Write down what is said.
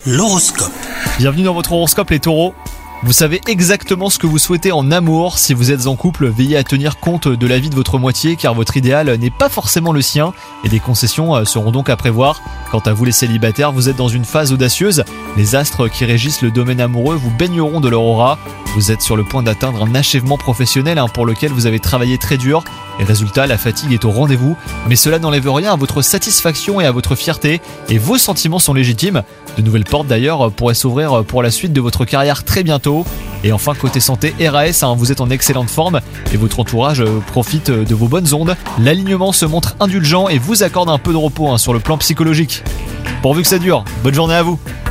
L'horoscope. Bienvenue dans votre horoscope les taureaux. Vous savez exactement ce que vous souhaitez en amour. Si vous êtes en couple, veillez à tenir compte de l'avis de votre moitié car votre idéal n'est pas forcément le sien et des concessions seront donc à prévoir. Quant à vous les célibataires, vous êtes dans une phase audacieuse. Les astres qui régissent le domaine amoureux vous baigneront de leur aura. Vous êtes sur le point d'atteindre un achèvement professionnel pour lequel vous avez travaillé très dur. Et résultat, la fatigue est au rendez-vous. Mais cela n'enlève rien à votre satisfaction et à votre fierté. Et vos sentiments sont légitimes. De nouvelles portes d'ailleurs pourraient s'ouvrir pour la suite de votre carrière très bientôt. Et enfin côté santé, RAS, vous êtes en excellente forme et votre entourage profite de vos bonnes ondes. L'alignement se montre indulgent et vous accorde un peu de repos sur le plan psychologique. Pourvu que ça dure, bonne journée à vous.